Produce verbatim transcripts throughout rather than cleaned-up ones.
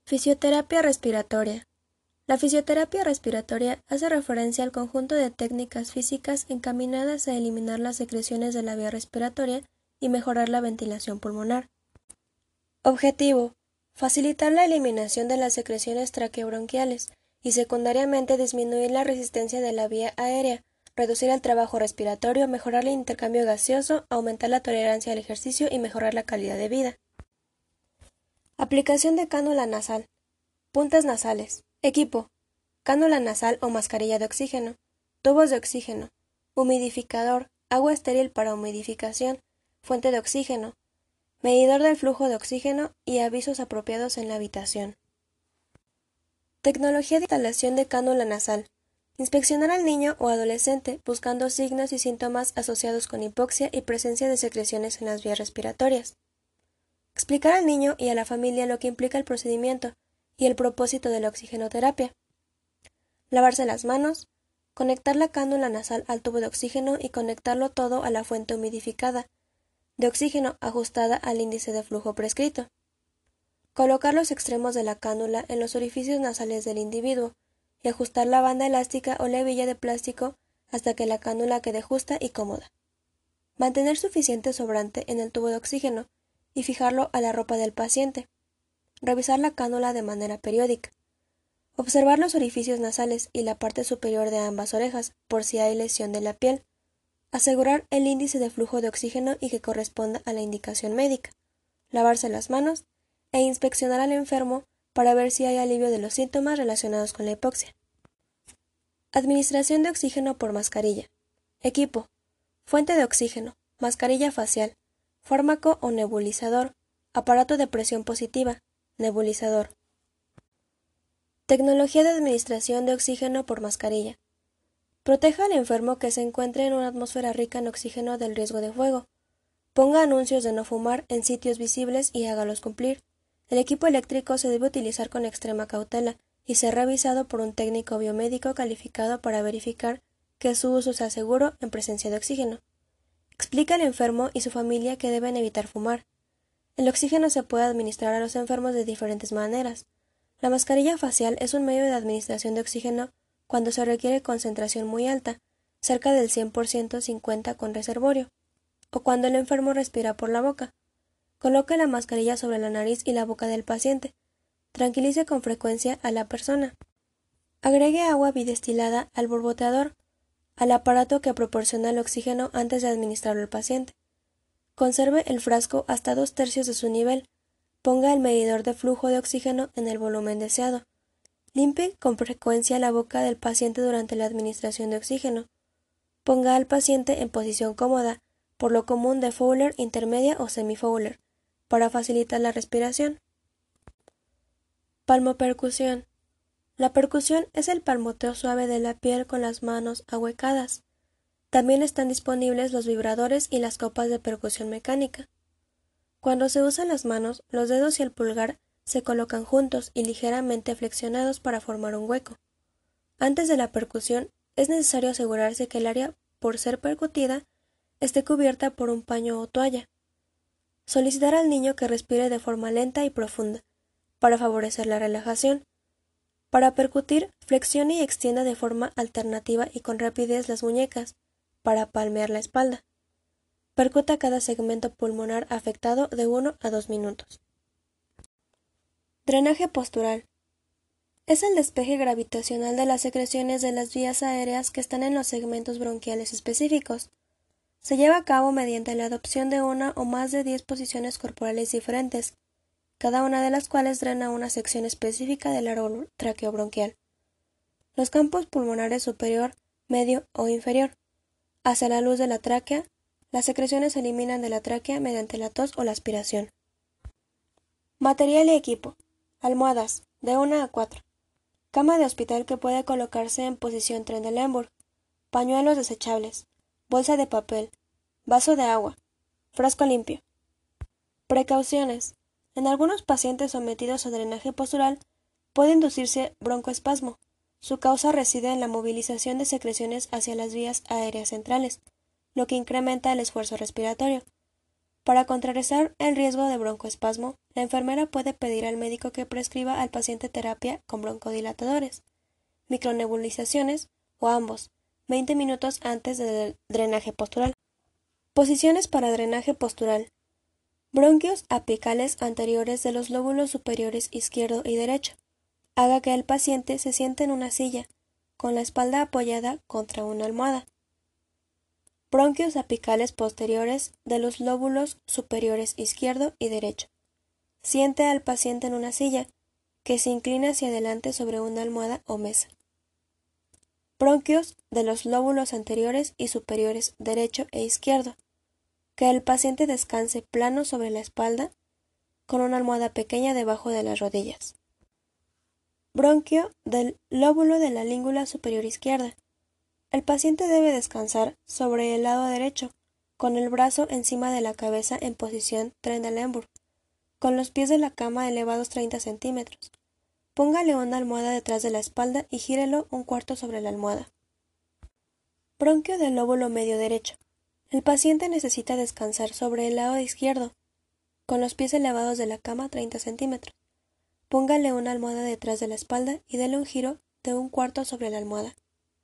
Fisioterapia respiratoria. La fisioterapia respiratoria hace referencia al conjunto de técnicas físicas encaminadas a eliminar las secreciones de la vía respiratoria y mejorar la ventilación pulmonar. Objetivo: facilitar la eliminación de las secreciones traqueobronquiales y secundariamente disminuir la resistencia de la vía aérea, reducir el trabajo respiratorio, mejorar el intercambio gaseoso, aumentar la tolerancia al ejercicio y mejorar la calidad de vida. Aplicación de cánula nasal. Puntas nasales. Equipo: cánula nasal o mascarilla de oxígeno, tubos de oxígeno, humidificador, agua estéril para humidificación, fuente de oxígeno, medidor del flujo de oxígeno y avisos apropiados en la habitación. Tecnología de instalación de cánula nasal. Inspeccionar al niño o adolescente buscando signos y síntomas asociados con hipoxia y presencia de secreciones en las vías respiratorias. Explicar al niño y a la familia lo que implica el procedimiento y el propósito de la oxigenoterapia. Lavarse las manos, conectar la cánula nasal al tubo de oxígeno y conectarlo todo a la fuente humidificada de oxígeno ajustada al índice de flujo prescrito. Colocar los extremos de la cánula en los orificios nasales del individuo y ajustar la banda elástica o la hebilla de plástico hasta que la cánula quede justa y cómoda. Mantener suficiente sobrante en el tubo de oxígeno y fijarlo a la ropa del paciente. Revisar la cánula de manera periódica. Observar los orificios nasales y la parte superior de ambas orejas por si hay lesión de la piel. Asegurar el índice de flujo de oxígeno y que corresponda a la indicación médica. Lavarse las manos e inspeccionar al enfermo para ver si hay alivio de los síntomas relacionados con la hipoxia. Administración de oxígeno por mascarilla. Equipo: fuente de oxígeno, mascarilla facial, fármaco o nebulizador, aparato de presión positiva, nebulizador. Tecnología de administración de oxígeno por mascarilla. Proteja al enfermo que se encuentre en una atmósfera rica en oxígeno del riesgo de fuego. Ponga anuncios de no fumar en sitios visibles y hágalos cumplir. El equipo eléctrico se debe utilizar con extrema cautela y ser revisado por un técnico biomédico calificado para verificar que su uso sea seguro en presencia de oxígeno. Explica al enfermo y su familia que deben evitar fumar. El oxígeno se puede administrar a los enfermos de diferentes maneras. La mascarilla facial es un medio de administración de oxígeno cuando se requiere concentración muy alta, cerca del cien por ciento sin cuenta con reservorio, o cuando el enfermo respira por la boca. Coloque la mascarilla sobre la nariz y la boca del paciente. Tranquilice con frecuencia a la persona. Agregue agua bidestilada al borboteador, al aparato que proporciona el oxígeno antes de administrarlo al paciente. Conserve el frasco hasta dos tercios de su nivel. Ponga el medidor de flujo de oxígeno en el volumen deseado. Limpie con frecuencia la boca del paciente durante la administración de oxígeno. Ponga al paciente en posición cómoda, por lo común de Fowler intermedia o semi-Fowler, para facilitar la respiración. Palmopercusión. La percusión es el palmoteo suave de la piel con las manos ahuecadas. También están disponibles los vibradores y las copas de percusión mecánica. Cuando se usan las manos, los dedos y el pulgar se colocan juntos y ligeramente flexionados para formar un hueco. Antes de la percusión, es necesario asegurarse que el área por ser percutida esté cubierta por un paño o toalla. Solicitar al niño que respire de forma lenta y profunda, para favorecer la relajación. Para percutir, flexione y extienda de forma alternativa y con rapidez las muñecas, para palmear la espalda. Percuta cada segmento pulmonar afectado de uno a dos minutos. Drenaje postural. Es el despeje gravitacional de las secreciones de las vías aéreas que están en los segmentos bronquiales específicos. Se lleva a cabo mediante la adopción de una o más de diez posiciones corporales diferentes, cada una de las cuales drena una sección específica del árbol traqueobronquial. Los campos pulmonares superior, medio o inferior. Hacia la luz de la tráquea, las secreciones se eliminan de la tráquea mediante la tos o la aspiración. Material y equipo. Almohadas, de una a cuatro. Cama de hospital que puede colocarse en posición Trendelenburg. Pañuelos desechables. Bolsa de papel. Vaso de agua. Frasco limpio. Precauciones. En algunos pacientes sometidos a drenaje postural puede inducirse broncoespasmo. Su causa reside en la movilización de secreciones hacia las vías aéreas centrales, lo que incrementa el esfuerzo respiratorio. Para contrarrestar el riesgo de broncoespasmo, la enfermera puede pedir al médico que prescriba al paciente terapia con broncodilatadores, micronebulizaciones o ambos, veinte minutos antes del drenaje postural. Posiciones para drenaje postural. Bronquios apicales anteriores de los lóbulos superiores izquierdo y derecho. Haga que el paciente se siente en una silla, con la espalda apoyada contra una almohada. Bronquios apicales posteriores de los lóbulos superiores izquierdo y derecho. Siente al paciente en una silla, que se inclina hacia adelante sobre una almohada o mesa. Bronquios de los lóbulos anteriores y superiores derecho e izquierdo. Que el paciente descanse plano sobre la espalda, con una almohada pequeña debajo de las rodillas. Bronquio del lóbulo de la língula superior izquierda. El paciente debe descansar sobre el lado derecho, con el brazo encima de la cabeza en posición Trendelenburg, con los pies de la cama elevados treinta centímetros. Póngale una almohada detrás de la espalda y gírelo un cuarto sobre la almohada. Bronquio del lóbulo medio derecho. El paciente necesita descansar sobre el lado izquierdo, con los pies elevados de la cama treinta centímetros. Póngale una almohada detrás de la espalda y dele un giro de un cuarto sobre la almohada.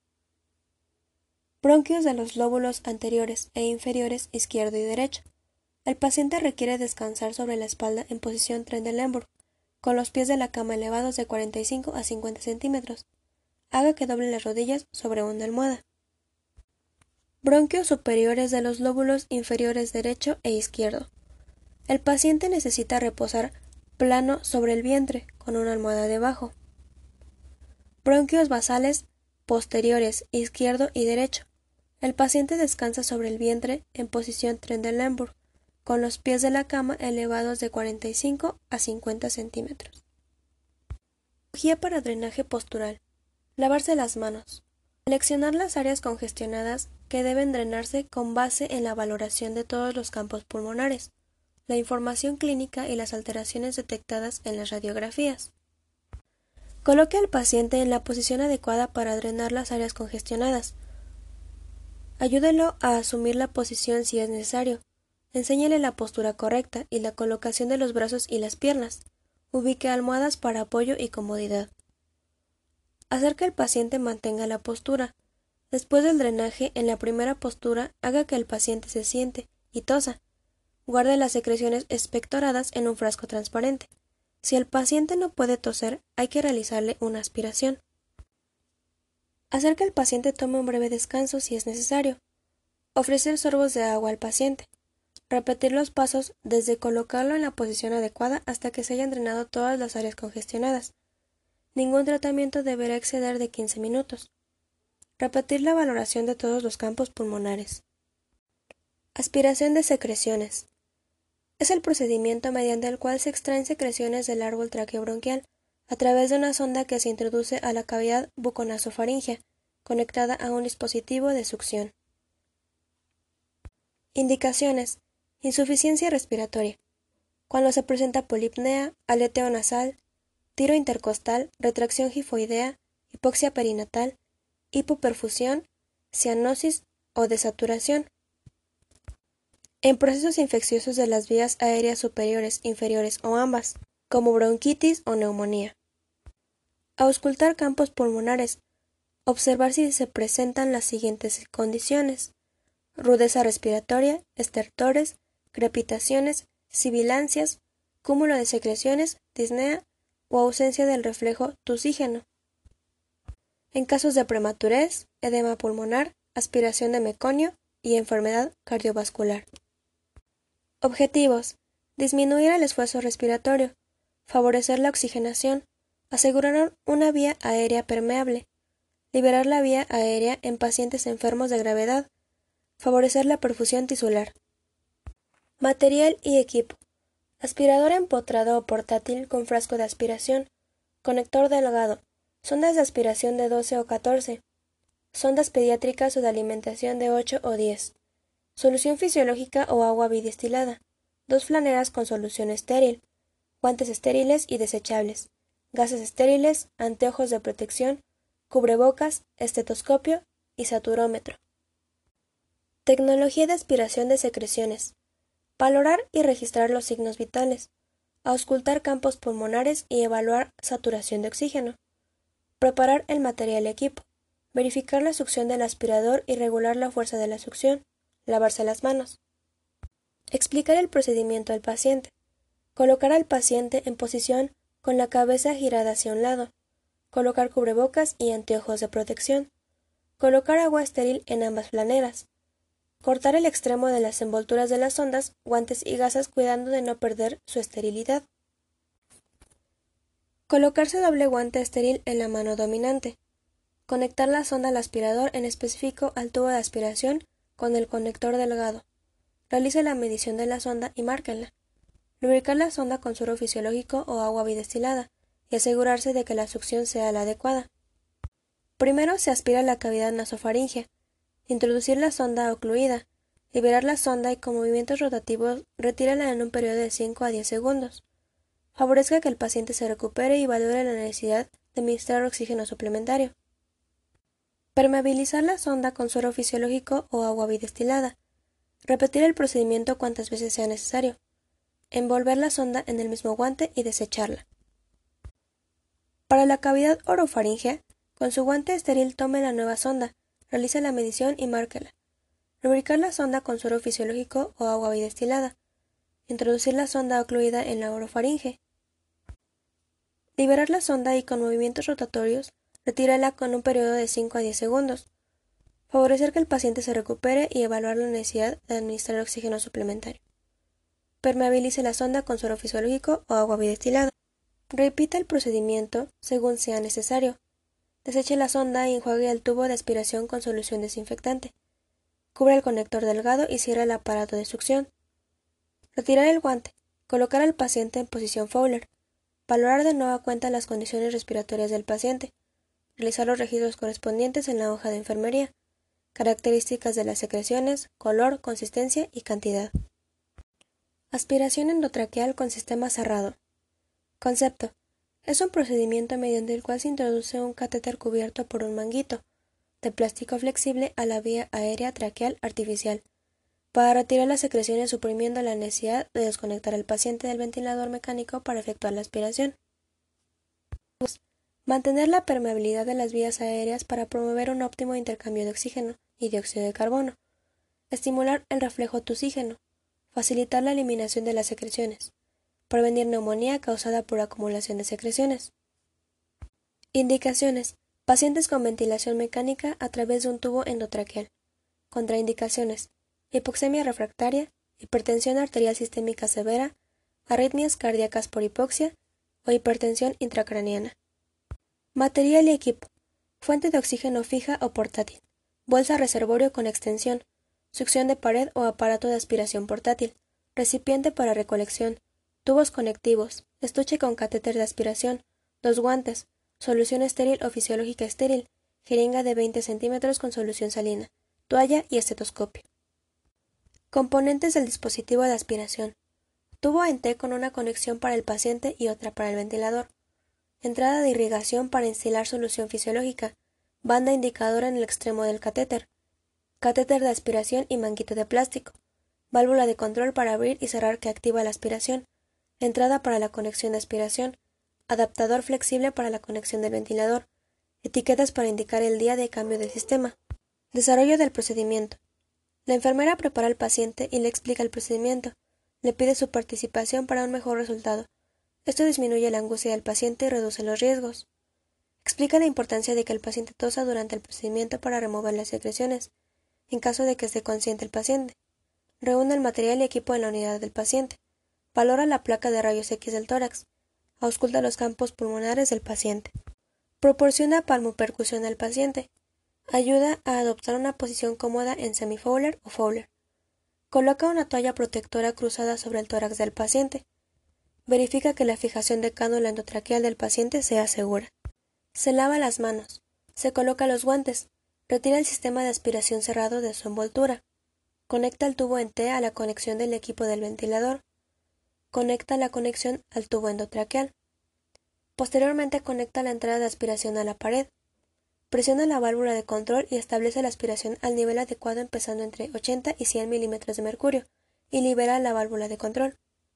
Bronquios de los lóbulos anteriores e inferiores izquierdo y derecho. El paciente requiere descansar sobre la espalda en posición Trendelenburg, con los pies de la cama elevados de cuarenta y cinco a cincuenta centímetros. Haga que doble las rodillas sobre una almohada. Bronquios superiores de los lóbulos inferiores derecho e izquierdo. El paciente necesita reposar plano sobre el vientre, con una almohada debajo. Bronquios basales posteriores izquierdo y derecho. El paciente descansa sobre el vientre en posición Trendelenburg, con los pies de la cama elevados de cuarenta y cinco a cincuenta centímetros. Guía para drenaje postural. Lavarse las manos. Seleccionar las áreas congestionadas que deben drenarse con base en la valoración de todos los campos pulmonares, la información clínica y las alteraciones detectadas en las radiografías. Coloque al paciente en la posición adecuada para drenar las áreas congestionadas. Ayúdelo a asumir la posición si es necesario. Enséñele la postura correcta y la colocación de los brazos y las piernas. Ubique almohadas para apoyo y comodidad. Hacer que el paciente mantenga la postura. Después del drenaje, en la primera postura, haga que el paciente se siente y tosa. Guarde las secreciones expectoradas en un frasco transparente. Si el paciente no puede toser, hay que realizarle una aspiración. Hacer que el paciente tome un breve descanso si es necesario. Ofrecer sorbos de agua al paciente. Repetir los pasos desde colocarlo en la posición adecuada hasta que se hayan drenado todas las áreas congestionadas. Ningún tratamiento deberá exceder de quince minutos. Repetir la valoración de todos los campos pulmonares. Aspiración de secreciones. Es el procedimiento mediante el cual se extraen secreciones del árbol traqueobronquial a través de una sonda que se introduce a la cavidad buconasofaríngea, conectada a un dispositivo de succión. Indicaciones. Insuficiencia respiratoria. Cuando se presenta polipnea, aleteo nasal, tiro intercostal, retracción gifoidea, hipoxia perinatal, hipoperfusión, cianosis o desaturación. En procesos infecciosos de las vías aéreas superiores, inferiores o ambas, como bronquitis o neumonía. Auscultar campos pulmonares. Observar si se presentan las siguientes condiciones: rudeza respiratoria, estertores, crepitaciones, sibilancias, cúmulo de secreciones, disnea o ausencia del reflejo tusígeno. En casos de prematurez, edema pulmonar, aspiración de meconio y enfermedad cardiovascular. Objetivos: disminuir el esfuerzo respiratorio, favorecer la oxigenación, asegurar una vía aérea permeable, liberar la vía aérea en pacientes enfermos de gravedad, favorecer la perfusión tisular. Material y equipo: aspiradora empotrada o portátil con frasco de aspiración, conector delgado, sondas de aspiración de doce o catorce, sondas pediátricas o de alimentación de ocho o diez, solución fisiológica o agua bidestilada, dos flaneras con solución estéril, guantes estériles y desechables, gases estériles, anteojos de protección, cubrebocas, estetoscopio y saturómetro. Tecnología de aspiración de secreciones. Valorar y registrar los signos vitales. Auscultar campos pulmonares y evaluar saturación de oxígeno. Preparar el material y equipo. Verificar la succión del aspirador y regular la fuerza de la succión. Lavarse las manos. Explicar el procedimiento al paciente. Colocar al paciente en posición con la cabeza girada hacia un lado. Colocar cubrebocas y anteojos de protección. Colocar agua estéril en ambas flaneras. Cortar el extremo de las envolturas de las sondas, guantes y gasas cuidando de no perder su esterilidad. Colocarse doble guante estéril en la mano dominante. Conectar la sonda al aspirador, en específico al tubo de aspiración, con el conector delgado. Realice la medición de la sonda y márquenla. Lubricar la sonda con suero fisiológico o agua bidestilada y asegurarse de que la succión sea la adecuada. Primero se aspira la cavidad nasofaríngea. Introducir la sonda ocluida. Liberar la sonda y con movimientos rotativos retírala en un periodo de cinco a diez segundos. Favorezca que el paciente se recupere y valore la necesidad de administrar oxígeno suplementario. Permeabilizar la sonda con suero fisiológico o agua bidestilada. Repetir el procedimiento cuantas veces sea necesario. Envolver la sonda en el mismo guante y desecharla. Para la cavidad orofaríngea, con su guante estéril tome la nueva sonda, realice la medición y márquela. Lubricar la sonda con suero fisiológico o agua bidestilada. Introducir la sonda ocluida en la orofaringe. Liberar la sonda y con movimientos rotatorios, retírala con un periodo de cinco a diez segundos. Favorecer que el paciente se recupere y evaluar la necesidad de administrar oxígeno suplementario. Permeabilice la sonda con suero fisiológico o agua bidestilada. Repita el procedimiento según sea necesario. Deseche la sonda y enjuague el tubo de aspiración con solución desinfectante. Cubre el conector delgado y cierre el aparato de succión. Retirar el guante. Colocar al paciente en posición Fowler. Valorar de nueva cuenta las condiciones respiratorias del paciente. Realizar los registros correspondientes en la hoja de enfermería. Características de las secreciones, color, consistencia y cantidad. Aspiración endotraqueal con sistema cerrado. Concepto. Es un procedimiento mediante el cual se introduce un catéter cubierto por un manguito de plástico flexible a la vía aérea traqueal artificial, para retirar las secreciones suprimiendo la necesidad de desconectar al paciente del ventilador mecánico para efectuar la aspiración. Mantener la permeabilidad de las vías aéreas para promover un óptimo intercambio de oxígeno y dióxido de carbono. Estimular el reflejo tusígeno. Facilitar la eliminación de las secreciones. Prevenir neumonía causada por acumulación de secreciones. Indicaciones. Pacientes con ventilación mecánica a través de un tubo endotraqueal. Contraindicaciones. Hipoxemia refractaria, hipertensión arterial sistémica severa, arritmias cardíacas por hipoxia o hipertensión intracraneana. Material y equipo. Fuente de oxígeno fija o portátil. Bolsa reservorio con extensión. Succión de pared o aparato de aspiración portátil. Recipiente para recolección. Tubos conectivos. Estuche con catéter de aspiración. Dos guantes. Solución estéril o fisiológica estéril. Jeringa de veinte centímetros con solución salina. Toalla y estetoscopio. Componentes del dispositivo de aspiración. Tubo en T con una conexión para el paciente y otra para el ventilador. Entrada de irrigación para instilar solución fisiológica. Banda indicadora en el extremo del catéter. Catéter de aspiración y manguito de plástico. Válvula de control para abrir y cerrar que activa la aspiración. Entrada para la conexión de aspiración. Adaptador flexible para la conexión del ventilador. Etiquetas para indicar el día de cambio de sistema. Desarrollo del procedimiento. La enfermera prepara al paciente y le explica el procedimiento. Le pide su participación para un mejor resultado. Esto disminuye la angustia del paciente y reduce los riesgos. Explica la importancia de que el paciente tosa durante el procedimiento para remover las secreciones, en caso de que esté consciente el paciente. Reúne el material y equipo en la unidad del paciente. Valora la placa de rayos X del tórax. Ausculta los campos pulmonares del paciente. Proporciona palmopercusión al paciente. Ayuda a adoptar una posición cómoda en semi-Fowler o Fowler. Coloca una toalla protectora cruzada sobre el tórax del paciente. Verifica que la fijación de cánula endotraqueal del paciente sea segura. Se lava las manos. Se coloca los guantes. Retira el sistema de aspiración cerrado de su envoltura. Conecta el tubo en T a la conexión del equipo del ventilador. Conecta la conexión al tubo endotraqueal. Posteriormente conecta la entrada de aspiración a la pared. Presiona la válvula de control y establece la aspiración al nivel adecuado empezando entre ochenta y cien milímetros de mercurio y libera la válvula de control.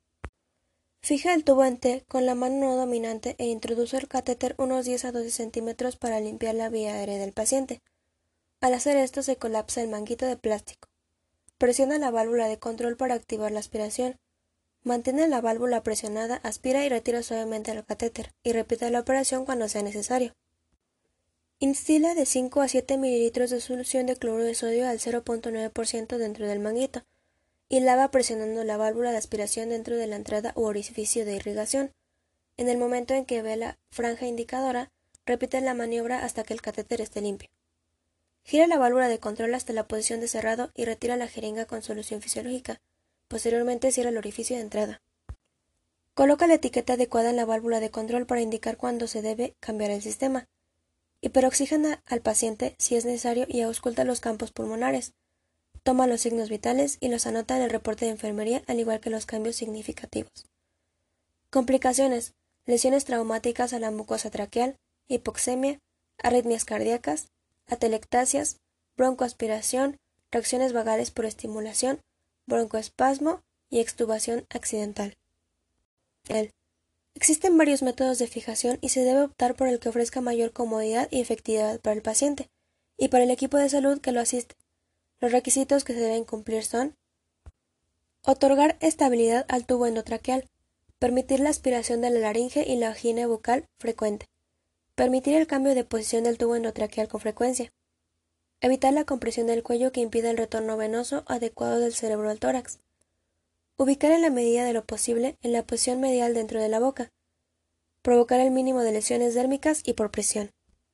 Fija el tubo en T con la mano no dominante e introduce el catéter unos diez a doce centímetros para limpiar la vía aérea del paciente. Al hacer esto se colapsa el manguito de plástico. Presiona la válvula de control para activar la aspiración. Mantiene la válvula presionada, aspira y retira suavemente el catéter, y repite la operación cuando sea necesario. Instila de cinco a siete mililitros de solución de cloruro de sodio al cero punto nueve por ciento dentro del manguito, y lava presionando la válvula de aspiración dentro de la entrada u orificio de irrigación. En el momento en que ve la franja indicadora, repite la maniobra hasta que el catéter esté limpio. Gira la válvula de control hasta la posición de cerrado y retira la jeringa con solución fisiológica. Posteriormente cierra el orificio de entrada. Coloca la etiqueta adecuada en la válvula de control para indicar cuándo se debe cambiar el sistema. Hiperoxígena al paciente si es necesario y ausculta los campos pulmonares. Toma los signos vitales y los anota en el reporte de enfermería, al igual que los cambios significativos. Complicaciones: lesiones traumáticas a la mucosa traqueal, hipoxemia, arritmias cardíacas, atelectasias, broncoaspiración, reacciones vagales por estimulación, broncoespasmo y extubación accidental. El. Existen varios métodos de fijación y se debe optar por el que ofrezca mayor comodidad y efectividad para el paciente y para el equipo de salud que lo asiste. Los requisitos que se deben cumplir son: otorgar estabilidad al tubo endotraqueal, permitir la aspiración de la laringe y la higiene bucal frecuente, permitir el cambio de posición del tubo endotraqueal con frecuencia, evitar la compresión del cuello que impida el retorno venoso adecuado del cerebro al tórax, ubicar en la medida de lo posible en la posición medial dentro de la boca, provocar el mínimo de lesiones dérmicas y por presión.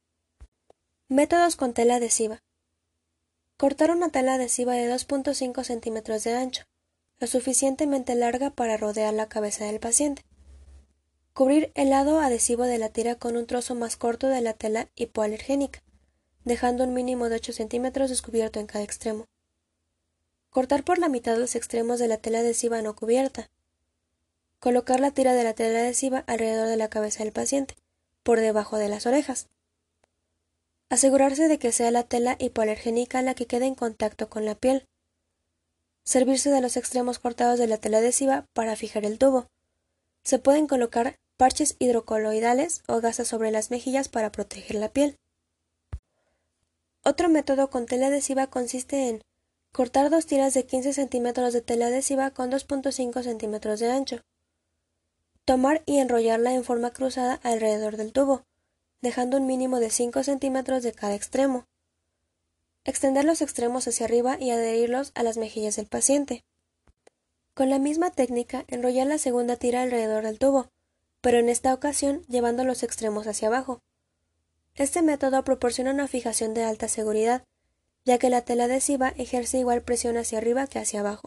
Métodos con tela adhesiva. Cortar una tela adhesiva de dos punto cinco centímetros de ancho, lo suficientemente larga para rodear la cabeza del paciente. Cubrir el lado adhesivo de la tira con un trozo más corto de la tela hipoalergénica, dejando un mínimo de ocho centímetros descubierto en cada extremo. Cortar por la mitad los extremos de la tela adhesiva no cubierta. Colocar la tira de la tela adhesiva alrededor de la cabeza del paciente, por debajo de las orejas. Asegurarse de que sea la tela hipoalergénica la que quede en contacto con la piel. Servirse de los extremos cortados de la tela adhesiva para fijar el tubo. Se pueden colocar parches hidrocoloidales o gasas sobre las mejillas para proteger la piel. Otro método con tela adhesiva consiste en cortar dos tiras de quince centímetros de tela adhesiva con dos punto cinco centímetros de ancho. Tomar y enrollarla en forma cruzada alrededor del tubo, dejando un mínimo de cinco centímetros de cada extremo. Extender los extremos hacia arriba y adherirlos a las mejillas del paciente. Con la misma técnica, enrollar la segunda tira alrededor del tubo, pero en esta ocasión llevando los extremos hacia abajo. Este método proporciona una fijación de alta seguridad, ya que la tela adhesiva ejerce igual presión hacia arriba que hacia abajo.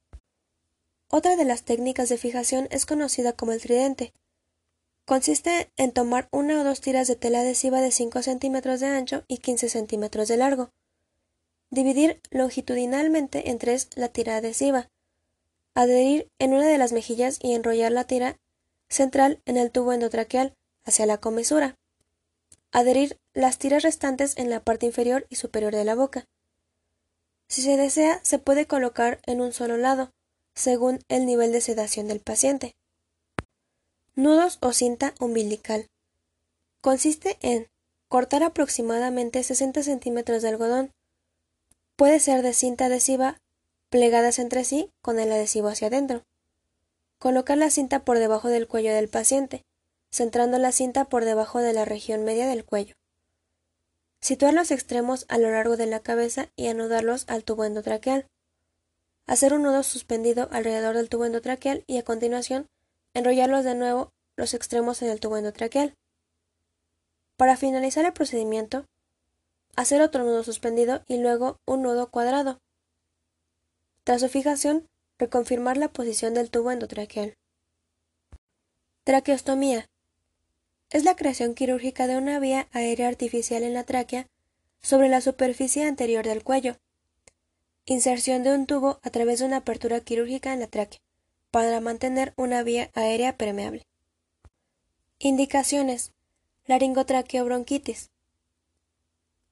Otra de las técnicas de fijación es conocida como el tridente. Consiste en tomar una o dos tiras de tela adhesiva de cinco centímetros de ancho y quince centímetros de largo. Dividir longitudinalmente en tres la tira adhesiva. Adherir en una de las mejillas y enrollar la tira central en el tubo endotraqueal hacia la comisura. Adherir las tiras restantes en la parte inferior y superior de la boca. Si se desea, se puede colocar en un solo lado, según el nivel de sedación del paciente. Nudos o cinta umbilical. Consiste en cortar aproximadamente sesenta centímetros de algodón. Puede ser de cinta adhesiva plegadas entre sí con el adhesivo hacia adentro. Colocar la cinta por debajo del cuello del paciente, centrando la cinta por debajo de la región media del cuello. Situar los extremos a lo largo de la cabeza y anudarlos al tubo endotraqueal. Hacer un nudo suspendido alrededor del tubo endotraqueal y a continuación enrollarlos de nuevo los extremos en el tubo endotraqueal. Para finalizar el procedimiento, hacer otro nudo suspendido y luego un nudo cuadrado. Tras su fijación, reconfirmar la posición del tubo endotraqueal. Traqueostomía. Es la creación quirúrgica de una vía aérea artificial en la tráquea sobre la superficie anterior del cuello. Inserción de un tubo a través de una apertura quirúrgica en la tráquea, para mantener una vía aérea permeable. Indicaciones: laringotraqueobronquitis,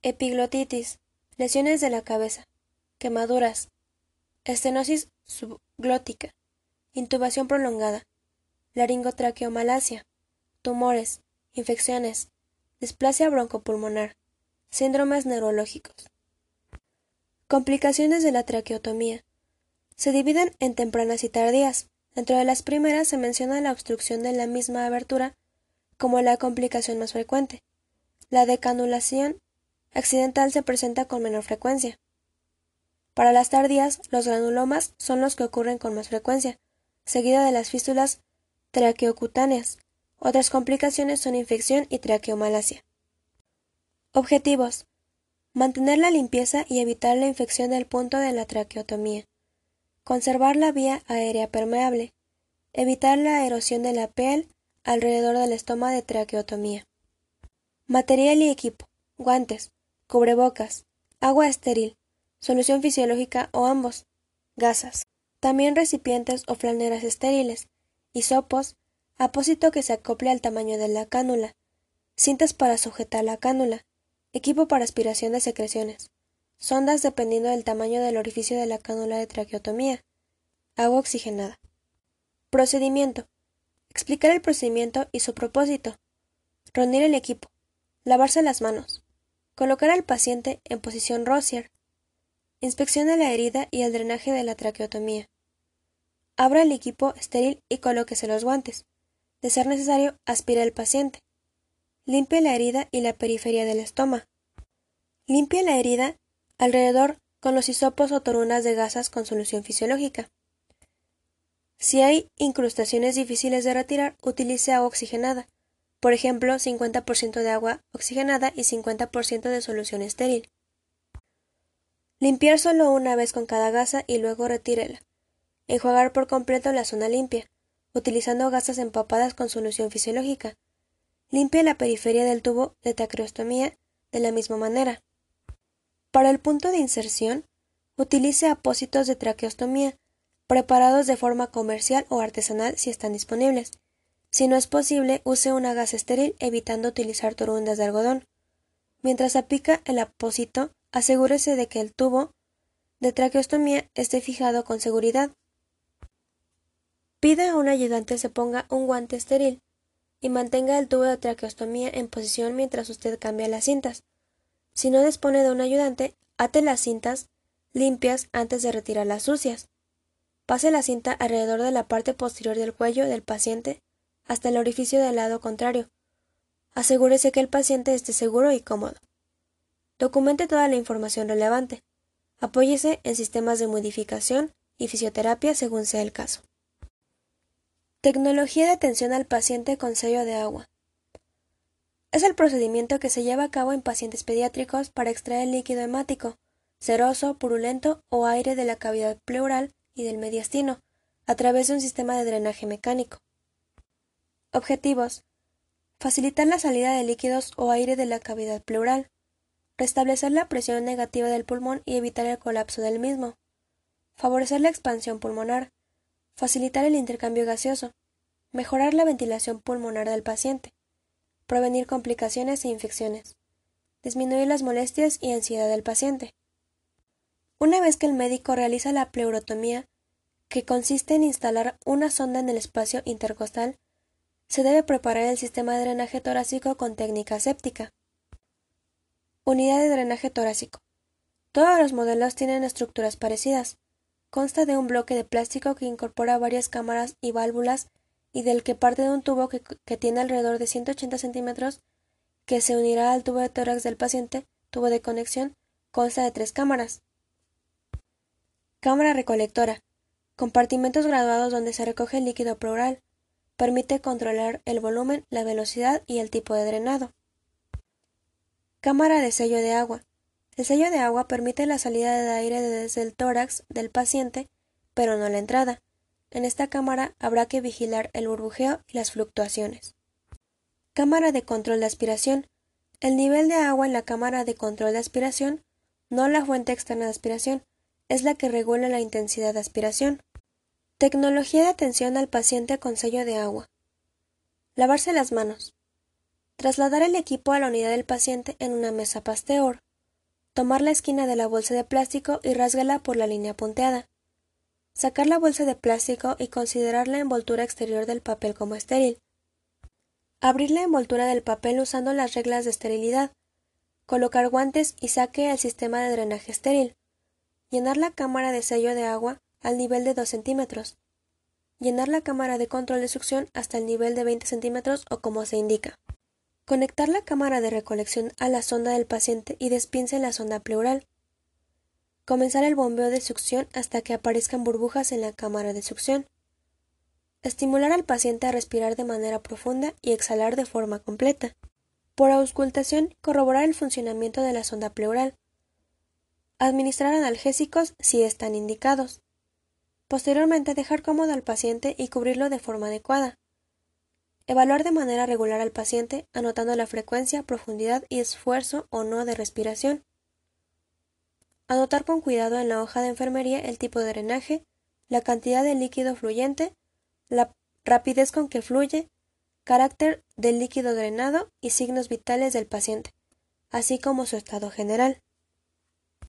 epiglotitis, lesiones de la cabeza, quemaduras, estenosis glótica, intubación prolongada, laringotraqueomalacia, tumores, infecciones, displasia broncopulmonar, síndromes neurológicos. Complicaciones de la traqueotomía. Se dividen en tempranas y tardías. Dentro de las primeras se menciona la obstrucción de la misma abertura como la complicación más frecuente. La decanulación accidental se presenta con menor frecuencia. Para las tardías, los granulomas son los que ocurren con más frecuencia, seguida de las fístulas traqueocutáneas. Otras complicaciones son infección y traqueomalacia. Objetivos: mantener la limpieza y evitar la infección del punto de la traqueotomía. Conservar la vía aérea permeable. Evitar la erosión de la piel alrededor del estoma de traqueotomía. Material y equipo: guantes, cubrebocas, agua estéril, solución fisiológica o ambos, gasas. También recipientes o flaneras estériles, hisopos, apósito que se acople al tamaño de la cánula, cintas para sujetar la cánula, equipo para aspiración de secreciones, sondas dependiendo del tamaño del orificio de la cánula de traqueotomía, agua oxigenada. Procedimiento: explicar el procedimiento y su propósito, reunir el equipo, lavarse las manos, colocar al paciente en posición Rozier, inspeccione la herida y el drenaje de la traqueotomía. Abra el equipo estéril y colóquese los guantes. De ser necesario, aspire al paciente. Limpie la herida y la periferia del estómago. Limpie la herida alrededor con los hisopos o torunas de gasas con solución fisiológica. Si hay incrustaciones difíciles de retirar, utilice agua oxigenada, por ejemplo, cincuenta por ciento de agua oxigenada y cincuenta por ciento de solución estéril. Limpiar solo una vez con cada gasa y luego retírela. Enjuagar por completo la zona limpia, utilizando gasas empapadas con solución fisiológica. Limpie la periferia del tubo de traqueostomía de la misma manera. Para el punto de inserción, utilice apósitos de traqueostomía, preparados de forma comercial o artesanal si están disponibles. Si no es posible, use una gasa estéril evitando utilizar torundas de algodón. Mientras aplica el apósito, asegúrese de que el tubo de traqueostomía esté fijado con seguridad. Pida a un ayudante se ponga un guante estéril y mantenga el tubo de traqueostomía en posición mientras usted cambia las cintas. Si no dispone de un ayudante, ate las cintas limpias antes de retirar las sucias. Pase la cinta alrededor de la parte posterior del cuello del paciente hasta el orificio del lado contrario. Asegúrese que el paciente esté seguro y cómodo. Documente toda la información relevante. Apóyese en sistemas de modificación y fisioterapia según sea el caso. Tecnología de atención al paciente con sello de agua. Es el procedimiento que se lleva a cabo en pacientes pediátricos para extraer el líquido hemático, seroso, purulento o aire de la cavidad pleural y del mediastino, a través de un sistema de drenaje mecánico. Objetivos: facilitar la salida de líquidos o aire de la cavidad pleural, restablecer la presión negativa del pulmón y evitar el colapso del mismo, favorecer la expansión pulmonar, facilitar el intercambio gaseoso, mejorar la ventilación pulmonar del paciente, prevenir complicaciones e infecciones, disminuir las molestias y ansiedad del paciente. Una vez que el médico realiza la pleurotomía, que consiste en instalar una sonda en el espacio intercostal, se debe preparar el sistema de drenaje torácico con técnica séptica. Unidad de drenaje torácico. Todos los modelos tienen estructuras parecidas. Consta de un bloque de plástico que incorpora varias cámaras y válvulas y del que parte de un tubo que, que tiene alrededor de ciento ochenta centímetros que se unirá al tubo de tórax del paciente. Tubo de conexión consta de tres cámaras. Cámara recolectora. Compartimentos graduados donde se recoge el líquido pleural. Permite controlar el volumen, la velocidad y el tipo de drenado. Cámara de sello de agua. El sello de agua permite la salida de aire desde el tórax del paciente, pero no la entrada. En esta cámara habrá que vigilar el burbujeo y las fluctuaciones. Cámara de control de aspiración. El nivel de agua en la cámara de control de aspiración, no la fuente externa de aspiración, es la que regula la intensidad de aspiración. Tecnología de atención al paciente con sello de agua. Lavarse las manos. Trasladar el equipo a la unidad del paciente en una mesa Pasteur. Tomar la esquina de la bolsa de plástico y rásguela por la línea punteada. Sacar la bolsa de plástico y considerar la envoltura exterior del papel como estéril. Abrir la envoltura del papel usando las reglas de esterilidad. Colocar guantes y saque el sistema de drenaje estéril. Llenar la cámara de sello de agua al nivel de dos centímetros. Llenar la cámara de control de succión hasta el nivel de veinte centímetros o como se indica. Conectar la cámara de recolección a la sonda del paciente y despince la sonda pleural. Comenzar el bombeo de succión hasta que aparezcan burbujas en la cámara de succión. Estimular al paciente a respirar de manera profunda y exhalar de forma completa. Por auscultación, corroborar el funcionamiento de la sonda pleural. Administrar analgésicos si están indicados. Posteriormente, dejar cómodo al paciente y cubrirlo de forma adecuada. Evaluar de manera regular al paciente, anotando la frecuencia, profundidad y esfuerzo o no de respiración. Anotar con cuidado en la hoja de enfermería el tipo de drenaje, la cantidad de líquido fluyente, la rapidez con que fluye, carácter del líquido drenado y signos vitales del paciente, así como su estado general.